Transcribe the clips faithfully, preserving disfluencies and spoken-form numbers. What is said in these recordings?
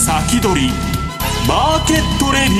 先取りマーケットレビュ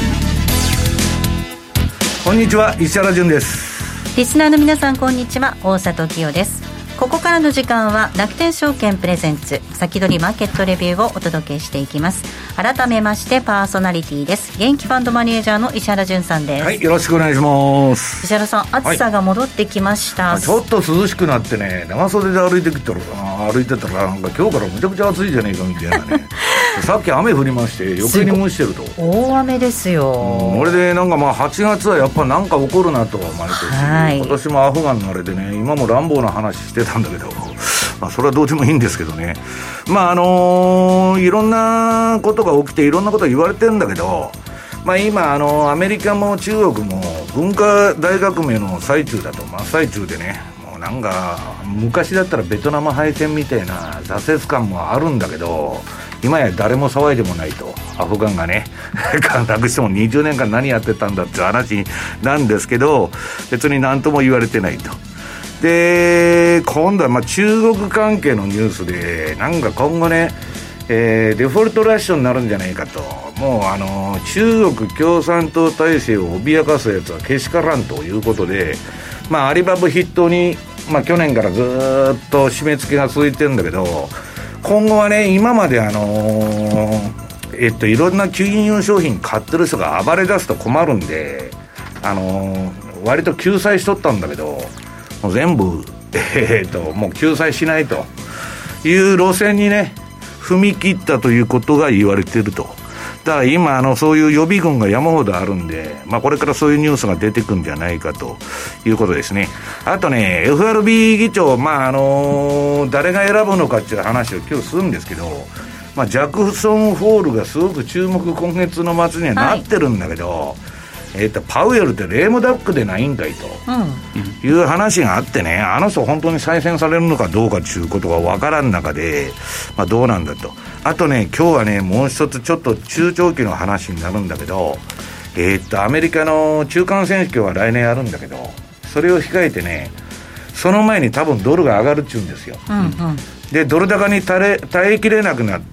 ー。 こんにちは、石原潤です。 リスナーの皆さん、こんにちは。大里清です。ここからの時間は楽天証券プレゼンツ先取りマーケットレビューをお届けしていきます。改めましてパーソナリティです。元気ファンドマネージャーの石原潤さんです。 はい、よろしくお願いします。 石原さん、暑さが戻ってきました、はい、 ちょっと涼しくなってね、長袖で歩いてきたら歩いてたらなんか今日からめちゃくちゃ暑いじゃねえかみたいなねさっき雨降りまして余計に蒸してると。 大雨ですよ。 これでなんかまあはちがつはやっぱなんか起こるなとは毎年、はい、今年もアフガンのあれでね、今も乱暴な話してたんだけど、まあ、それはどうでもいいんですけどね。まああのー、いろんなことが起きていろんなことが言われてるんだけど、まあ、今、あのー、アメリカも中国も文化大革命の最中だと真っ最中でね、もうなんか昔だったらベトナム敗戦みたいな挫折感もあるんだけど、今や誰も騒いでもないと。アフガンがねなくしてもにじゅうねんかん何やってたんだっていう話なんですけど、別に何とも言われてないと。で今度はまあ中国関係のニュースでなんか今後ね、えー、デフォルトラッシュになるんじゃないかと。もうあの中国共産党体制を脅かすやつはけしからんということで、まあ、アリババ筆頭に、まあ、去年からずっと締め付けが続いてるんだけど、今後はね、今まであのー、えっといろんな金融商品買ってる人が暴れ出すと困るんで、あのー、割と救済しとったんだけど、もう全部、えー、ともう救済しないという路線にね踏み切ったということが言われていると。だから今あのそういう予備軍が山ほどあるんで、まあ、これからそういうニュースが出てくるんじゃないかということですね。あとね エフアールビー 議長、まああのー、誰が選ぶのかっていう話を今日するんですけど、まあ、ジャクソンホールがすごく注目今月の末にはなってるんだけど、はい、えー、とパウエルってレームダックでないんかいと、うん、いう話があってね、あの人本当に再選されるのかどうかということが分からん中で、まあ、どうなんだと。あとね、今日はねもう一つちょっと中長期の話になるんだけど、えー、とアメリカの中間選挙は来年あるんだけど、それを控えてね、その前に多分ドルが上がるっちゅうんですよ、うんうん、でドル高に耐え、耐えきれなくなって、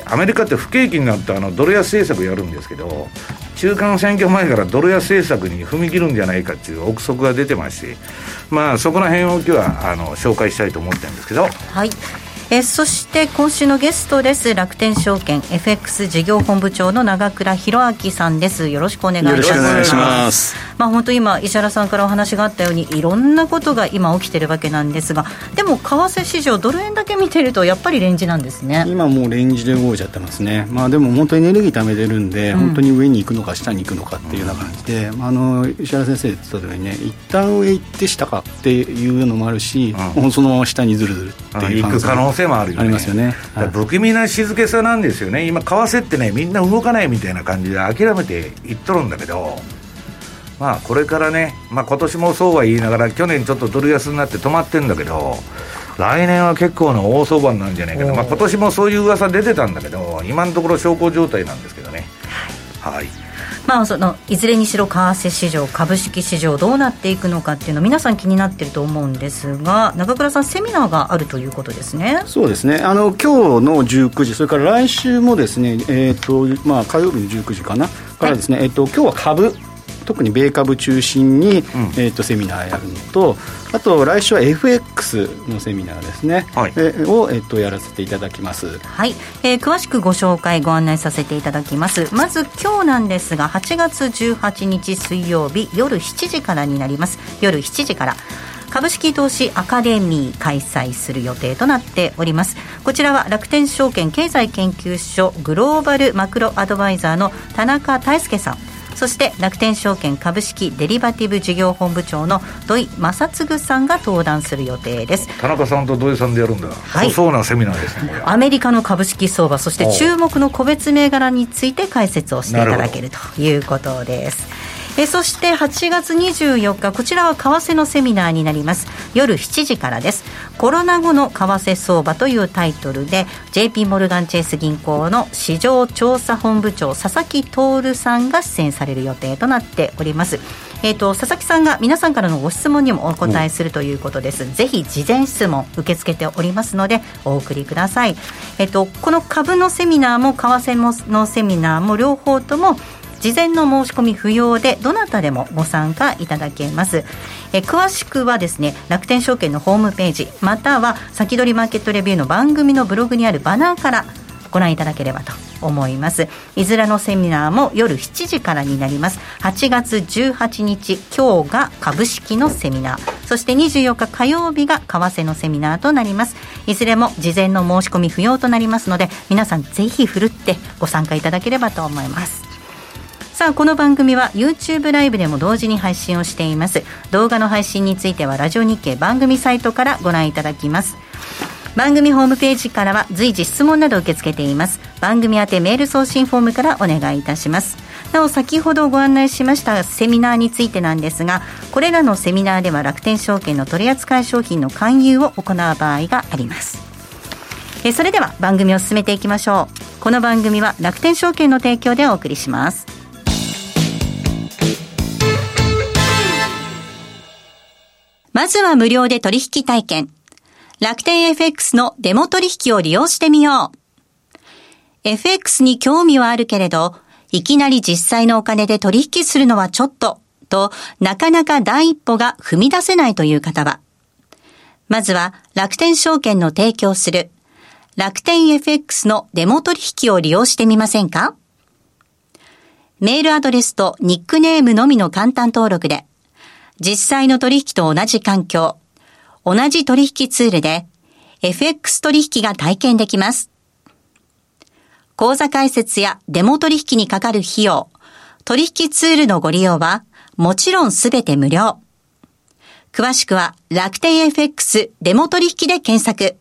アメリカって不景気になったあのドル安政策やるんですけど、中間選挙前からドル安政策に踏み切るんじゃないかっていう憶測が出てまして、まあそこら辺を今日はあの紹介したいと思ってるんですけど、 はい、えそして今週のゲストです。楽天証券 エフエックス 事業本部長の長倉弘明さんです。よろしくお願いいたします。よろしくお願いします。まあ、本当今石原さんからお話があったようにいろんなことが今起きてるわけなんですが、でも為替市場ドル円だけ見てるとやっぱりレンジなんですね。 今もうレンジで動いちゃってますね。まあ、でも本当にエネルギー貯めてるんで、うん、本当に上に行くのか下に行くのかっていうような感じで、まあ、あの石原先生言ってたようにね、一旦上行って下かっていうのもあるし、うん、そのまま下にずるずるっていう行く可能性もあるよね。 ありますよね。 不気味な静けさなんですよね。今為替ってね、みんな動かないみたいな感じで諦めていっとるんだけど、まあこれからね、まあ、今年もそうは言いながら去年ちょっとドル安になって止まってるんだけど、来年は結構な大相場なんじゃないかと、まあ、今年もそういう噂出てたんだけど、今のところ小康状態なんですけどね。はい、はい、 まあ、そのいずれにしろ為替市場、株式市場どうなっていくのかっていうの皆さん気になってると思うんですが、中倉さんセミナーがあるということですね。 そうですね、あの今日のじゅうくじ、それから来週もですね、えーとまあ、火曜日のじゅうくじかなからですね、はい、えーと今日は株、特に米株中心に、うん、えー、とセミナーやるのと、あと来週は エフエックス のセミナーですね、はい、えー、を、えー、とやらせていただきます。 はい、えー、詳しくご紹介ご案内させていただきます。まず今日なんですがはちがつじゅうはちにち水曜日夜しちじからになります。夜しちじから株式投資アカデミー開催する予定となっております。こちらは楽天証券経済研究所グローバルマクロアドバイザーの田中大輔さん、そして楽天証券株式デリバティブ事業本部長の土井正嗣さんが登壇する予定です。 田中さんと土井さんでやるんだ、はい、そうなセミナーですね。 アメリカの株式相場、そして注目の個別銘柄について解説をしていただけるということです。 えそしてはちがつにじゅうよっか、こちらは為替のセミナーになります。夜しちじからです。コロナ後の為替相場というタイトルで ジェイピー モルガンチェイス銀行の市場調査本部長佐々木徹さんが出演される予定となっております。えーと、佐々木さんが皆さんからのご質問にもお答えするということです。ぜひ事前質問受け付けておりますのでお送りください。えーと、この株のセミナーも為替のセミナーも両方とも事前の申し込み不要でどなたでもご参加いただけます。え詳しくはですね、楽天証券のホームページまたは先取りマーケットレビューの番組のブログにあるバナーからご覧いただければと思います。いずれのセミナーも夜しちじからになります。はちがつじゅうはちにち今日が株式のセミナー、そしてにじゅうよっか火曜日が為替のセミナーとなります。いずれも事前の申し込み不要となりますので皆さんぜひふるってご参加いただければと思います。さあ、この番組は YouTube ライブでも同時に配信をしています。動画の配信についてはラジオ日経番組サイトからご覧いただきます。番組ホームページからは随時質問など受け付けています。番組宛てメール送信フォームからお願いいたします。なお、先ほどご案内しましたセミナーについてなんですが、これらのセミナーでは楽天証券の取扱い商品の勧誘を行う場合があります。えそれでは番組を進めていきましょう。この番組は楽天証券の提供でお送りします。まずは無料で取引体験。楽天 エフエックス のデモ取引を利用してみよう。エフエックス に興味はあるけれど、いきなり実際のお金で取引するのはちょっと、となかなか第一歩が踏み出せないという方は、まずは楽天証券の提供する楽天 エフエックス のデモ取引を利用してみませんか？メールアドレスとニックネームのみの簡単登録で、実際の取引と同じ環境、同じ取引ツールで エフエックス 取引が体験できます。口座開設やデモ取引にかかる費用、取引ツールのご利用はもちろんすべて無料。詳しくは楽天 エフエックス デモ取引で検索。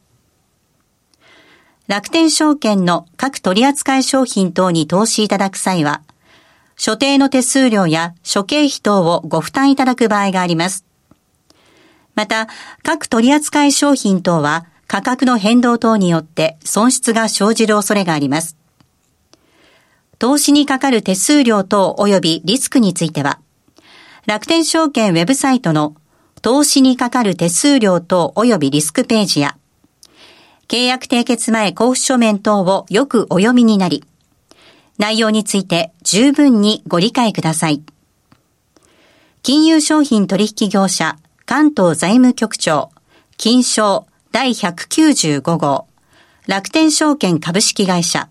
楽天証券の各取扱い商品等に投資いただく際は、所定の手数料や諸経費等をご負担いただく場合があります。また、各取扱い商品等は価格の変動等によって損失が生じる恐れがあります。投資にかかる手数料等及びリスクについては、楽天証券ウェブサイトの投資にかかる手数料等及びリスクページや、契約締結前交付書面等をよくお読みになり、内容について十分にご理解ください。金融商品取引業者関東財務局長金商第ひゃくきゅうじゅうご号楽天証券株式会社。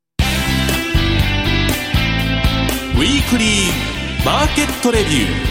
ウィークリーマーケットレビュー。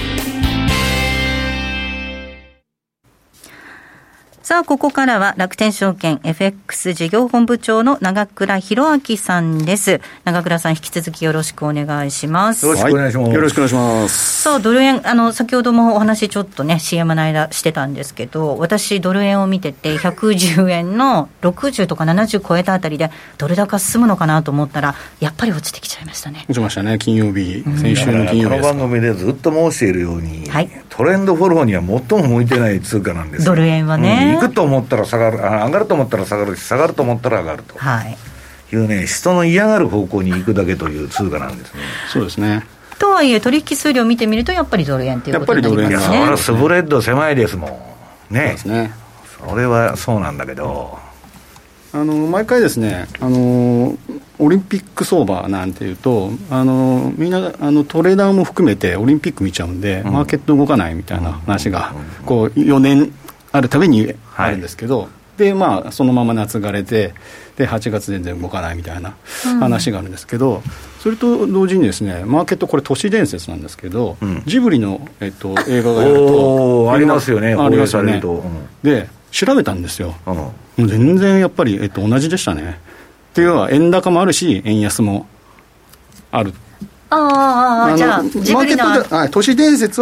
さあ、ここからは楽天証券 エフエックス 事業本部長の長倉弘明さんです。長倉さん、引き続きよろしくお願いします。 よろしくお願いします。はい、 よろしくお願いします。 さあ、ドル円、あの先ほどもお話ちょっとね シーエム の間してたんですけど、私ドル円を見ててひゃくじゅうえんのろくじゅうとかななじゅう超えたあたりでドル高進むのかなと思ったらやっぱり落ちてきちゃいましたね。 落ちましたね、金曜日、先週の金曜日です。 この番組でずっと申しているように、 はい、 トレンドフォローには最も向いてない通貨なんですよ。 ドル円はね、 うん、行くと思ったら下がる、あ上がると思ったら下がるし、下がると思ったら上がると、はい、いうね、人の嫌がる方向に行くだけという通貨なんですね。 そうですね。 とはいえ取引数量を見てみるとやっぱりドル円ということになりますね。やっぱりドル円、 いや、それはスプレッド狭いですもんね。 そうですね。 それはそうなんだけど、 あの毎回ですね、あのオリンピック相場なんていうと、あのみんなあのトレーダーも含めてオリンピック見ちゃうんで、うん、マーケット動かないみたいな話が、うん、こうよねんあるたびにあるんですけど、はい、でまあ、そのまま夏がれて、ではちがつ全然動かないみたいな話があるんですけど、うん、それと同時にですね、マーケット、これ都市伝説なんですけど、うん、ジブリの、えっと、映画がやるとありますよね、 ありますよね、 うん、 で調べたんですよ、うん、もう全然やっぱり、えっと、同じでしたね。っていうのは円高もあるし円安もある。 ああ、じゃあジブリのマーケットで、都市伝説は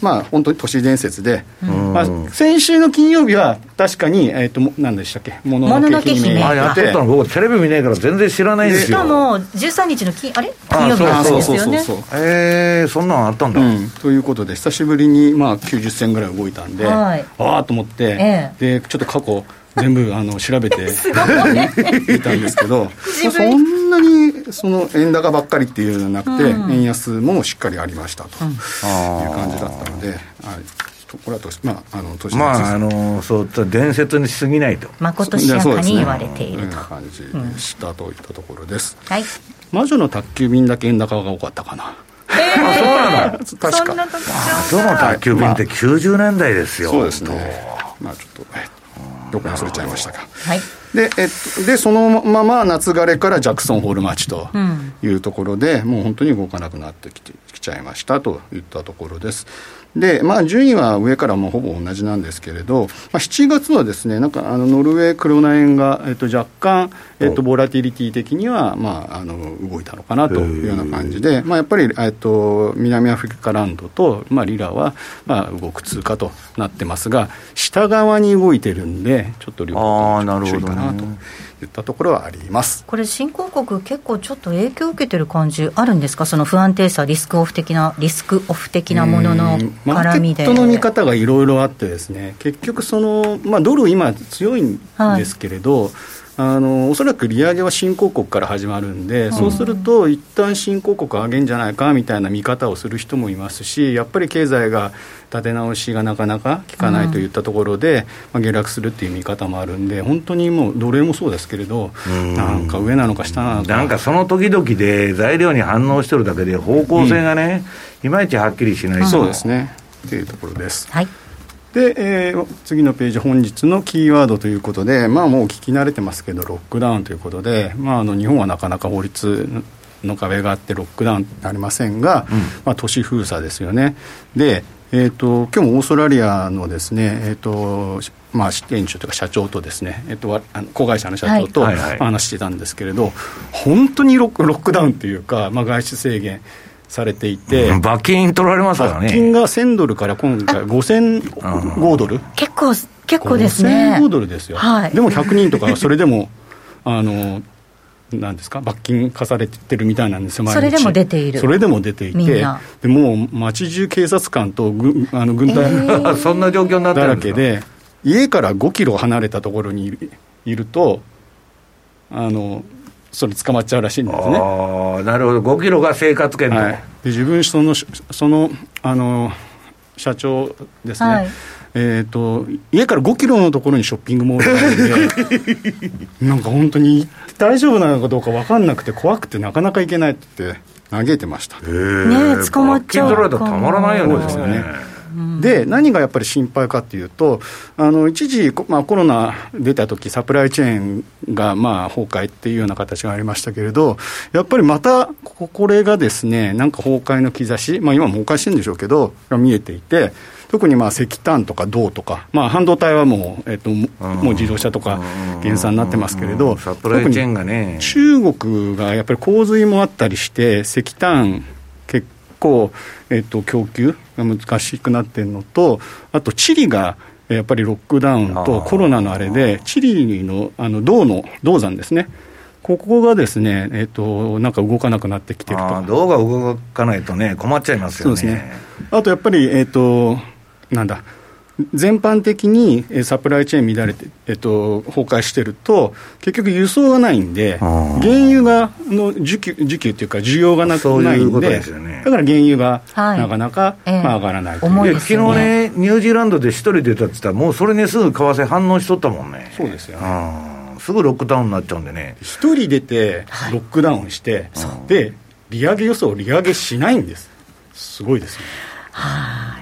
まあ、本当に都市伝説で、まあ、先週の金曜日は確かに、えー、と何でしたっけ、もののけ姫あやってたの、僕テレビ見ないから全然知らないんですよ。 しかもじゅうさんにちの金あれ金曜日なんですよね。 えー、そんなのあったんだ、うん、 ということで久しぶりに、まあ、きゅうじゅっせんぐらい動いたんで、はい、ああと思って、ええ、でちょっと過去全部あの調べてみたんですけどそんなにその円高ばっかりっていうのじゃなくて、うん、円安もしっかりありましたという感じだったので、はい、これはと、まあ、あの都市伝説、 まあ、あのそういった伝説に過ぎないとまことしやかに言われているという感じでしたといったところです、 うんはい、 魔女の宅急便だけ円高が多かったかな。 えー、 あそうなの確かそんな特徴魔女の宅急便ってきゅうじゅうねんだいですよ、 まあ、そうですね、まあ、ちょっとどこに忘れちゃいましたが、はい、で, えっと、でそのまま夏枯れからジャクソンホール待ちというところで、うん、もう本当に動かなくなってきてきちゃいましたといったところです。で、まあ、順位は上からもほぼ同じなんですけれど、まあ、しちがつはですね、なんかあのノルウェークロナ円が、えっと、若干、えっと、ボラティリティ的には、まあ、あの動いたのかなというような感じで、まあ、やっぱり、えっと、南アフリカランドと、まあ、リラは、まあ、動く通貨となってますが、下側に動いてるんでちょっと両方注意かなといったところはあります。 これ新興国結構ちょっと影響を受けてる感じあるんですか、その不安定さ、リスクオフ的なリスクオフ的なものの絡みで。 マーケットの見方がいろいろあってですね、結局その、まあ、ドル今強いんですけれど、はい、あのおそらく利上げは新興国から始まるんで、うん、そうすると一旦新興国上げんじゃないかみたいな見方をする人もいますし、やっぱり経済が立て直しがなかなか効かないといったところで、うんまあ、下落するっていう見方もあるんで、本当にもう奴隷もそうですけれど、うんなんか上なのか下なのか、 なんかその時々で材料に反応してるだけで方向性がね、うん、いまいちはっきりしない、 うん、そうですねというところです。 はい。 で、えー、次のページ、本日のキーワードということで、まあ、もう聞き慣れてますけどロックダウンということで、まあ、あの日本はなかなか法律の壁があってロックダウンになりませんが、うんまあ、都市封鎖ですよね。で、えー、と今日もオーストラリアのですね、えーとまあ、支店長というか社長とですね、えー、とあの子会社の社長と話してたんですけれど、はいはいはい、本当にロック、ロックダウンというか、まあ、外出制限されていて、 うん、罰金取られますからね。 罰金がせんドルから今回ごせんごドル、 結構結構ですね。 ごせんごドルですよ、はい、でもひゃくにんとかそれでもあのなんですか、罰金課されてるみたいなんですよ。毎日それでも出ている。 それでも出ていて、でもう街中警察官とぐあの軍隊、えー、そんな状況になってるだらけで、家からごキロ離れたところにいる、いるとあのそれ捕まっちゃうらしいんですね。 ああ、なるほど。ごキロが生活圏と、はい、 で自分そのそのあの社長ですね、はい、えー、と家からごキロのところにショッピングモールがあるんでなんか本当に大丈夫なのかどうか分かんなくて怖くてなかなか行けないって嘆いてました。 ねえ、捕まっちゃうかも。 罰金取られたらたまらないよね。 そうですよね。で何がやっぱり心配かというと、あの一時、まあ、コロナ出た時サプライチェーンがまあ崩壊っていうような形がありましたけれど、やっぱりまたこれがですね、なんか崩壊の兆し、まあ、今も崩壊してるんでしょうけどが見えていて、特にまあ石炭とか銅とか、まあ、半導体はもう、えっと、もう自動車とか減産になってますけれど、 サプライチェーンがね、 中国がやっぱり洪水もあったりして石炭結構、えっと、供給が難しくなっているのと、あとチリがやっぱりロックダウンとコロナのあれでチリのあの銅の銅山ですね、ここがですね、えっと、なんか動かなくなってきてると。 あ、銅が動かないとね困っちゃいますよね。 そうですね。あとやっぱり、えっと、なんだ全般的にサプライチェーン乱れて、えっと、崩壊してると結局輸送がないんで、原油がの需給、需給っていうか需要がなくないん で, ううですよ、ね、 だから原油がなかなか、はい、まあ、上がらないという、 えー、 昨日ねニュージーランドで一人出たって言ったらもうそれにすぐ為替反応しとったもんね。 そうですよね。 すぐロックダウンになっちゃうんでね。 一人出てロックダウンして、はい、で利上げ予想を利上げしないんです。すごいですね。 はい、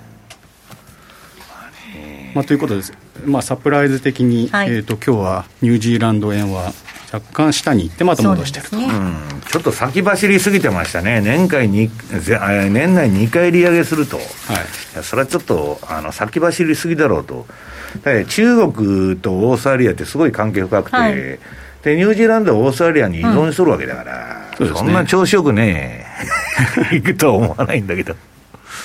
まあ、ということです、まあ、サプライズ的に、はい、えー、と今日はニュージーランド円は若干下に行ってまた戻してると、 ね、 うん、ちょっと先走りすぎてましたね。年間に年内にかい利上げすると、はい、いやそれはちょっとあの先走りすぎだろうと。中国とオーストラリアってすごい関係深くて、はい、でニュージーランドはオーストラリアに依存しとるわけだから、うん、そんな調子よくねいくとは思わないんだけど、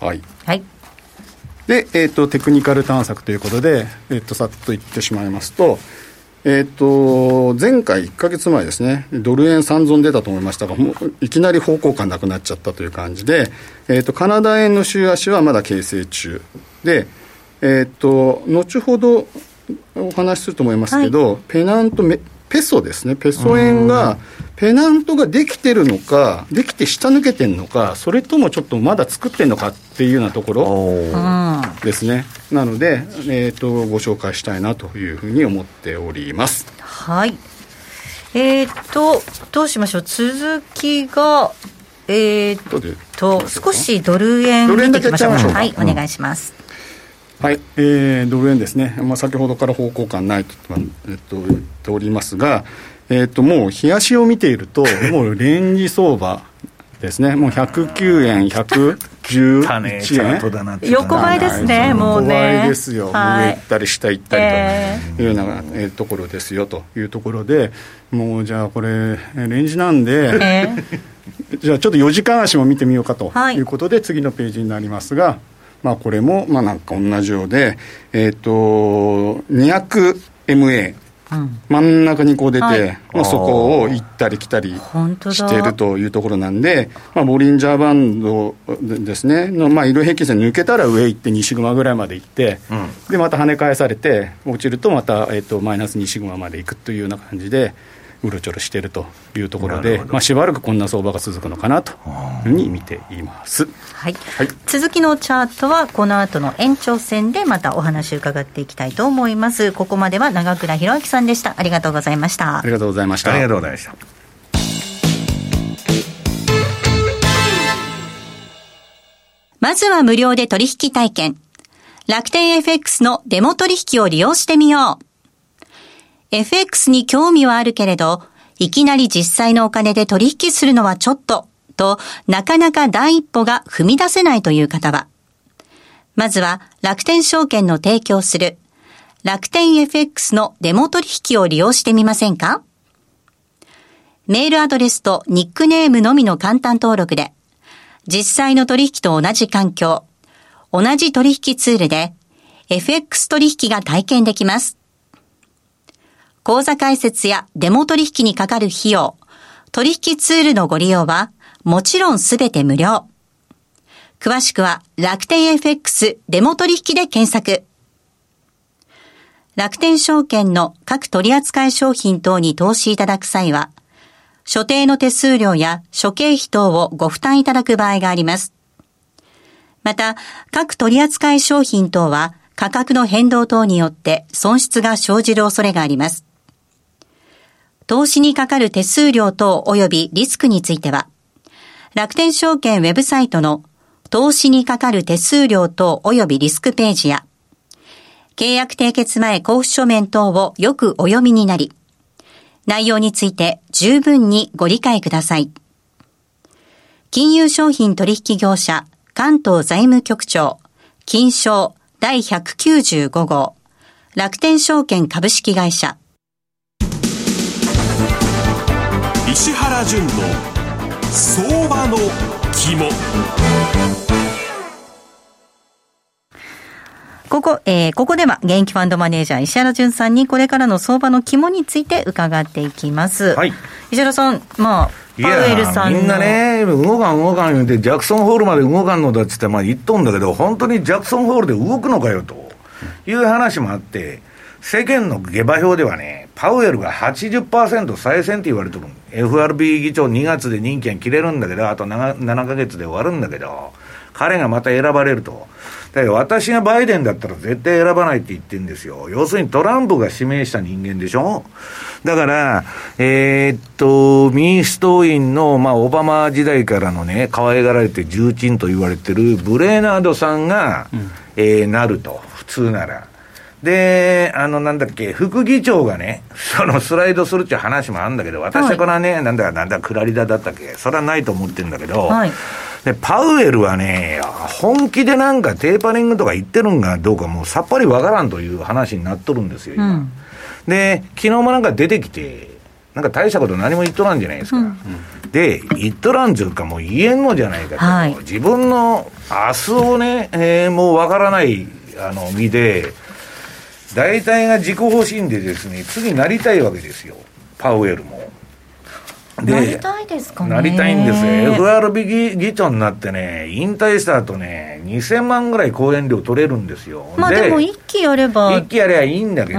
はい、 はい、 で、えー、とテクニカル探索ということで、えー、とさっと言ってしまいますと、えー、と前回いっかげつまえですね、ドル円三尊出たと思いましたが、もういきなり方向感なくなっちゃったという感じで、えー、とカナダ円の週足はまだ形成中で、えー、と後ほどお話しすると思いますけど、はい、ペナントメペソですね、ペソ円がペナントができてるのか、できて下抜けてるのか、それともちょっとまだ作ってるのかっていうようなところですね。なので、えー、とご紹介したいなというふうに思っております。 はい。えー、とどうしましょう。続きがえー、と少しドル円見ていきましょう。はい、お願いします。 はい、えー、ドル円ですね、まあ、先ほどから方向感ないと、えっと、言っておりますが、えー、ともう日足を見ているともうレンジ相場ですね、もうひゃくきゅうえんひゃくじゅういちえん横ばいですね、もうね横ばいですよ、はい、上行ったり下行ったりというような、えー、ところですよというところで、もうじゃあこれレンジなんで、えー、じゃあちょっとよじかん足も見てみようかということで、はい、次のページになりますが、まあ、これもまあなんか同じようで、えー、と にひゃくエムエー、うん、真ん中にこう出て、はい、まあ、そこを行ったり来たりしているというところなんで、まあ、ボリンジャーバンドですねの、まあ、移動平均線抜けたら上行ってにシグマぐらいまで行って、うん、でまた跳ね返されて落ちるとまた、えー、とマイナスにシグマまで行くというような感じでうろちょろしているというところで、まあ、しばらくこんな相場が続くのかなというふうに見ています。 はいはい、続きのチャートはこの後の延長戦でまたお話を伺っていきたいと思います。ここまでは長倉弘明さんでした。ありがとうございました。 ありがとうございました。 ありがとうございました。 まずは無料で取引体験、楽天 エフエックス のデモ取引を利用してみよう。エフエックス に興味はあるけれど、いきなり実際のお金で取引するのはちょっと、となかなか第一歩が踏み出せないという方は、まずは楽天証券の提供する楽天 エフエックス のデモ取引を利用してみませんか？メールアドレスとニックネームのみの簡単登録で、実際の取引と同じ環境、同じ取引ツールで エフエックス 取引が体験できます。口座開設やデモ取引にかかる費用、取引ツールのご利用はもちろんすべて無料。詳しくは楽天 エフエックス デモ取引で検索。楽天証券の各取扱い商品等に投資いただく際は、所定の手数料や諸経費等をご負担いただく場合があります。また、各取扱い商品等は価格の変動等によって損失が生じる恐れがあります。投資にかかる手数料等及びリスクについては、楽天証券ウェブサイトの投資にかかる手数料等及びリスクページや、契約締結前交付書面等をよくお読みになり、内容について十分にご理解ください。金融商品取引業者関東財務局長金商第ひゃくきゅうじゅうご号楽天証券株式会社。 石原淳の相場の肝。 ここ、えー、ここでは現役ファンドマネージャー石原淳さんにこれからの相場の肝について伺っていきます。はい、石原さん、まあパウエルさんのみんなね、動かん動かん言うてジャクソンホールまで動かんのだっつってまあ言っとんだけど、本当にジャクソンホールで動くのかよという話もあって、世間の下馬評ではね、パウエルが はちじゅっパーセント 再選って言われてる。 エフアールビー 議長にがつで任期が切れるんだけど、あと ななかげつで終わるんだけど、彼がまた選ばれると。だから私がバイデンだったら絶対選ばないって言ってるんですよ。要するにトランプが指名した人間でしょ。だからえー、っと民主党員のまあオバマ時代からのね、可愛がられて重鎮と言われてるブレーナードさんが、うん、えー、なると、普通なら。で、あの、なんだっけ、副議長がね、そのスライドするっていう話もあるんだけど、私はこれはね、はい、なんだ、なんだ、クラリダだったっけ、それはないと思ってるんだけど、はい、で、パウエルはね、本気でなんかテーパリングとか言ってるんかどうかもうさっぱりわからんという話になっとるんですよ、今。うん、で、昨日もなんか出てきて、 なんか大したこと何も言っとらんじゃないですか、うん、で言っとらんというかもう言えんのじゃないかと、はい、自分の明日をね、えー、もうわからないあの身で大体が自己保身でですね次なりたいわけですよパウエルもでなりたいですかね。 なりたいんですよ。 エフアールビー 議長になってね引退した後ねにせんまんぐらい講演料取れるんですよ。 まあで、でも一期やれば一期やればいいんだけど、うん、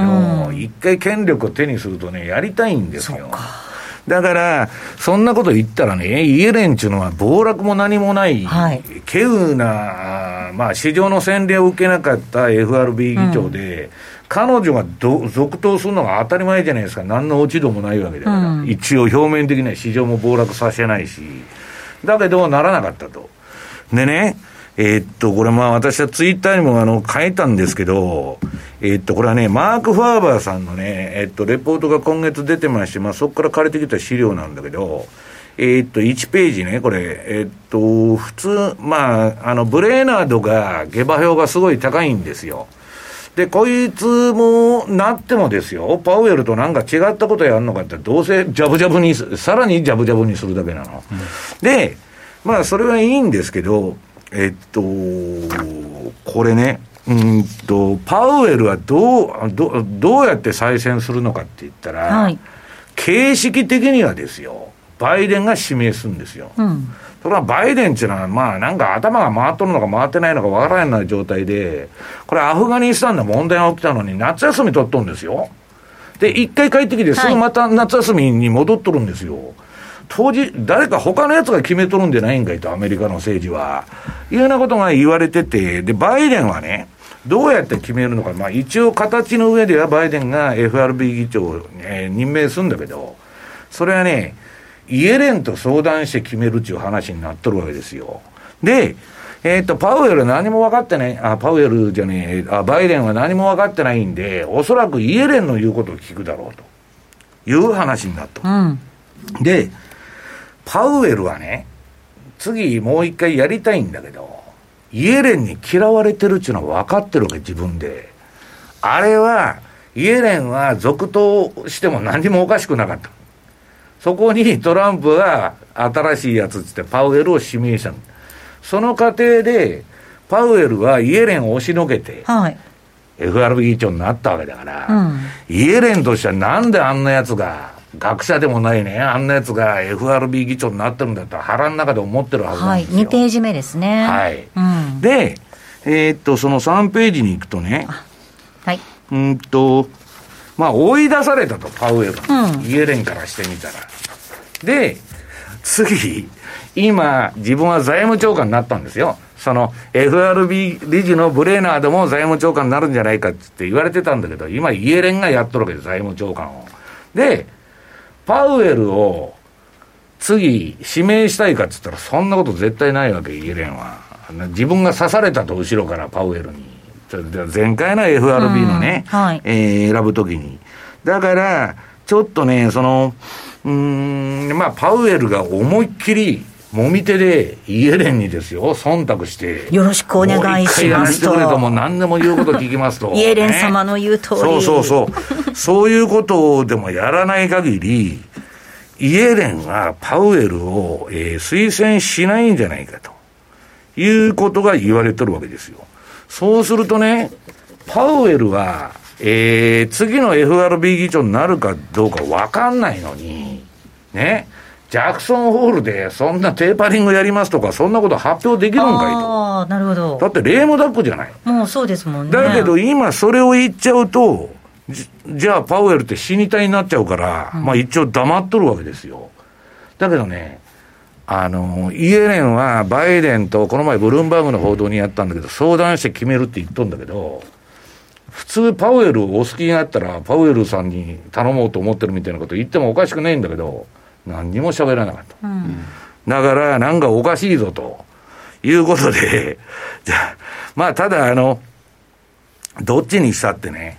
一回権力を手にするとねやりたいんですよ。だからそんなこと言ったらねイエレンっていうのは暴落も何もない、はい、稀有な、まあ、市場の洗礼を受けなかった エフアールビー 議長で、うん彼女がど続投するのが当たり前じゃないですか。何の落ち度もないわけだから、うん、一応表面的には市場も暴落させないしだけどならなかったと。でねえー、っとこれまあ私はツイッターにもあの書いたんですけどえー、っとこれはねマーク・ファーバーさんのねえー、っとレポートが今月出てまして、まあ、そこから借りてきた資料なんだけどえー、っといちページねこれえー、っと普通まああのブレーナードが下馬評がすごい高いんですよ。で、こいつもなってもですよ、パウエルとなんか違ったことやるのかって、どうせジャブジャブに、さらにジャブジャブにするだけなの。うん、で、まあ、それはいいんですけど、えっと、これね、うんと、パウエルはどう、ど、どうやって再選するのかって言ったら、はい、形式的にはですよ、バイデンが指名するんですよ。うんそれはバイデンっていうのは、まあなんか頭が回っとるのか回ってないのかわからない状態で、これアフガニスタンの問題が起きたのに夏休み取っとるんですよ。で、一回帰ってきてすぐまた夏休みに戻っとるんですよ。当時、誰か他のやつが決めとるんじゃないんかいと、アメリカの政治は。いうようなことが言われてて、で、バイデンはね、どうやって決めるのか、まあ一応形の上ではバイデンが エフアールビー 議長を、ね、任命するんだけど、それはね、イエレンと相談して決めるっていう話になっとるわけですよ。で、えっと、パウエル何も分かってない、あ、パウエルじゃねえ、あ、バイデンは何も分かってないんで、おそらくイエレンの言うことを聞くだろうという話になった。うん、で、パウエルはね、次もう一回やりたいんだけど、イエレンに嫌われてるっていうのは分かってるわけ、自分で。あれは、イエレンは続投しても何もおかしくなかった。そこにトランプが新しいやつってパウエルを指名したの。その過程でパウエルはイエレンを押しのけて、はい、エフアールビー 議長になったわけだから、うん、イエレンとしてはなんであんなやつが学者でもないねあんなやつが エフアールビー 議長になってるんだったら腹の中で思ってるはずなんですよ。 はい、にページ目ですね。 はい、うん、で、えー、っとそのさんページに行くとね、はい、うんとまあ追い出されたとパウエル、うん、イエレンからしてみたら。で次今自分は財務長官になったんですよ。その エフアールビー 理事のブレーナーでも財務長官になるんじゃないかって言われてたんだけど、今イエレンがやっとるわけです、財務長官を。でパウエルを次指名したいかって言ったらそんなこと絶対ないわけ。イエレンは自分が刺されたと後ろからパウエルに前回の エフアールビー のね、うんはいえー、選ぶときにだからちょっとねそのうーんまあパウエルが思いっきりもみ手でイエレンにですよ忖度してよろしくお願いしますと、 もう一回やらせてくれともう何でも言うこと聞きますとイエレン様の言う通り、 そうそうそうそういうことでもやらない限りイエレンはパウエルを、えー、推薦しないんじゃないかということが言われてるわけですよ。そうするとねパウエルはえー、次の エフアールビー 議長になるかどうか分かんないのにねジャクソンホールでそんなテーパリングやりますとかそんなこと発表できるんかいと。 ああなるほど。 だってレームダックじゃない。 もうそうですもんね。 だけど今それを言っちゃうと じ, じゃあパウエルって死に体になっちゃうから、うん、まあ一応黙っとるわけですよ。だけどねあのイエレンはバイデンとこの前ブルームバーグの報道にやったんだけど相談して決めるって言っとんだけど普通パウエルをお好きになったらパウエルさんに頼もうと思ってるみたいなこと言ってもおかしくないんだけど何にも喋らなかった、うん、だからなんかおかしいぞということでじゃあまあただあのどっちにしたってね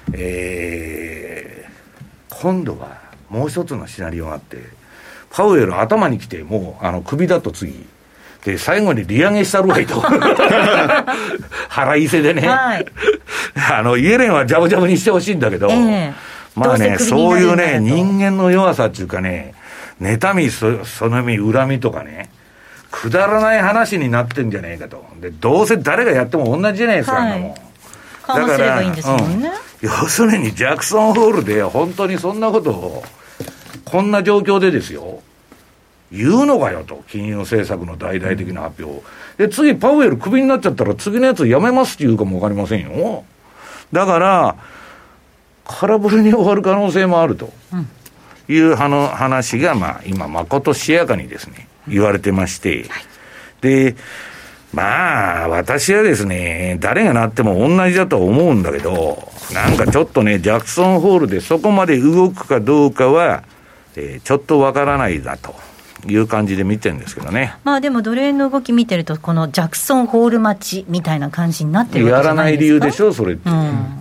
えー、今度はもう一つのシナリオがあってパウエル頭に来てもうあの首だと次で最後に利上げしたるわいと腹いせでね、はい、あのイエレンはジャブジャブにしてほしいんだけど、えー、 まあね、そういうね、人間の弱さっていうかね、妬み、そ、そのみ、恨みとかね、くだらない話になってんじゃねえかと。で、どうせ誰がやっても同じじゃないですか、はい、あんなもん。 緩和すればいいんですもんね、 うん、要するにジャクソンホールで本当にそんなことをこんな状況でですよ言うのかよと、金融政策の大々的な発表、うん、で次パウエルクビになっちゃったら次のやつやめますって言うかも分かりませんよ。だから空振りに終わる可能性もあるという話が、まあ、今まことしやかにですね言われてまして、うん、はい、でまあ、私はですね、誰がなっても同じだと思うんだけど、なんかちょっとね、ジャクソンホールでそこまで動くかどうかは、えー、ちょっとわからないなという感じで見てるんですけどね。 まあでもドル円の動き見てると、このジャクソンホール待ちみたいな感じになってるわけじゃないですか。やらない理由でしょ、それって。うん、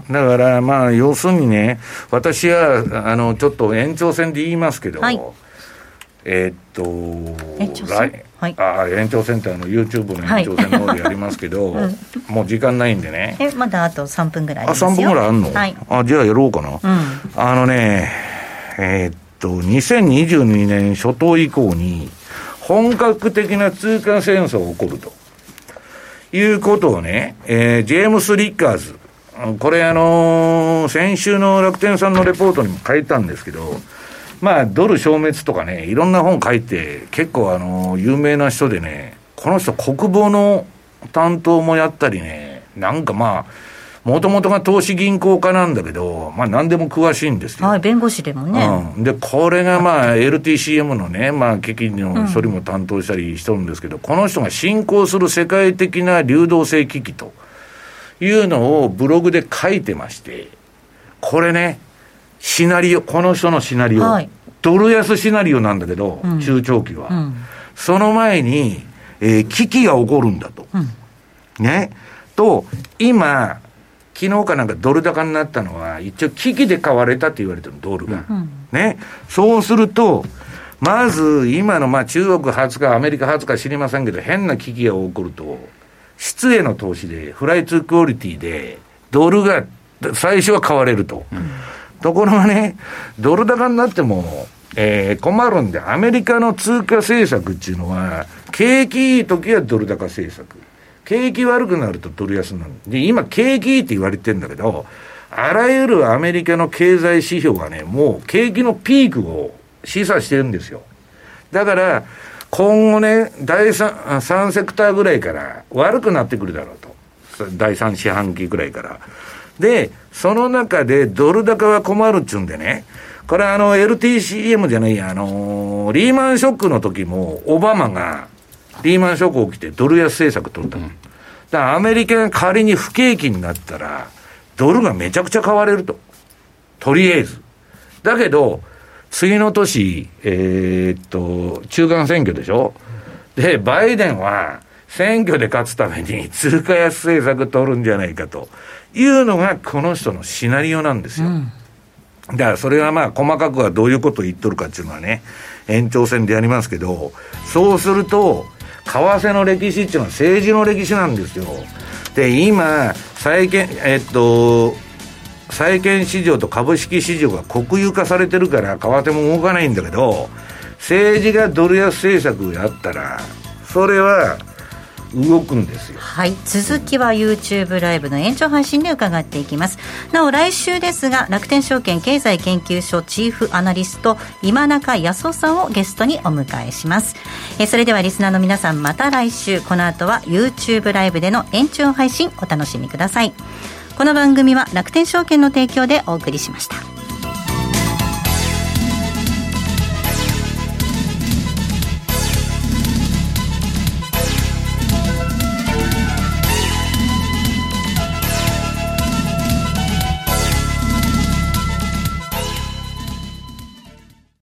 だからまあ、要するにね、私は、あの、ちょっと延長戦で言いますけど、はい、えー、っと、 延長戦はい、 あ延長センターの YouTube の延長戦の方でやりますけど、はい、うん、もう時間ないんでね。 えまだあとさんぷんぐらいありますよ。 あさんぷんぐらいあんの、はい、あじゃあやろうかな、うん、あのねえー、っとにせんにじゅうにねん初頭以降に本格的な通貨戦争が起こるということをね、えー、ジェームス・リッカーズ、これあのー、先週の楽天さんのレポートにも書いたんですけど、まあ、ドル消滅とかね、いろんな本書いて、結構あの、有名な人でね、この人国防の担当もやったりね、なんかまあ、もともとが投資銀行家なんだけど、まあ何でも詳しいんですよ。 はい、弁護士でもね。 うん。で、これがまあ、エルティーシーエム のね、まあ、基金の処理も担当したりしとるんですけど、うん、この人が進行する世界的な流動性危機というのをブログで書いてまして、これね、シナリオ、この人のシナリオ、はい、ドル安シナリオなんだけど、うん、中長期は、うん、その前に、えー、危機が起こるんだと、うん、ねと今昨日かなんかドル高になったのは一応危機で買われたって言われてるドルが、うん、ねそうするとまず今のまあ中国発かアメリカ発か知りませんけど変な危機が起こると質への投資でフライツクオリティでドルが最初は買われると、うんところがね、ドル高になっても、えー、困るんで、アメリカの通貨政策っていうのは、景気いい時はドル高政策。景気悪くなるとドル安になる。で、今、景気いいって言われてるんだけど、あらゆるアメリカの経済指標がね、もう景気のピークを示唆してるんですよ。だから、今後ね、第三、三セクターぐらいから悪くなってくるだろうと。第三四半期ぐらいから。で、その中でドル高は困るっちゅうんでね、これあの エルティーシーエム じゃないや、あのー、リーマンショックの時もオバマがリーマンショック起きてドル安政策取ったの。だからアメリカが仮に不景気になったらドルがめちゃくちゃ買われると。とりあえず。だけど、次の年、えー、っと、中間選挙でしょ。で、バイデンは選挙で勝つために通貨安政策取るんじゃないかと。いうのがこの人のシナリオなんですよ、うん、だからそれはまあ細かくはどういうことを言っとるかっていうのはね延長戦でやりますけど、そうすると為替の歴史っていうのは政治の歴史なんですよ。で今債券えっと債券市場と株式市場が国有化されてるから為替も動かないんだけど、政治がドル安政策をやったらそれは動くんですよ。 はい、続きは YouTube ライブの延長配信で伺っていきます。なお来週ですが、楽天証券経済研究所チーフアナリスト今中康夫さんをゲストにお迎えします。えそれではリスナーの皆さん、また来週。この後は YouTube ライブでの延長配信お楽しみください。この番組は楽天証券の提供でお送りしました。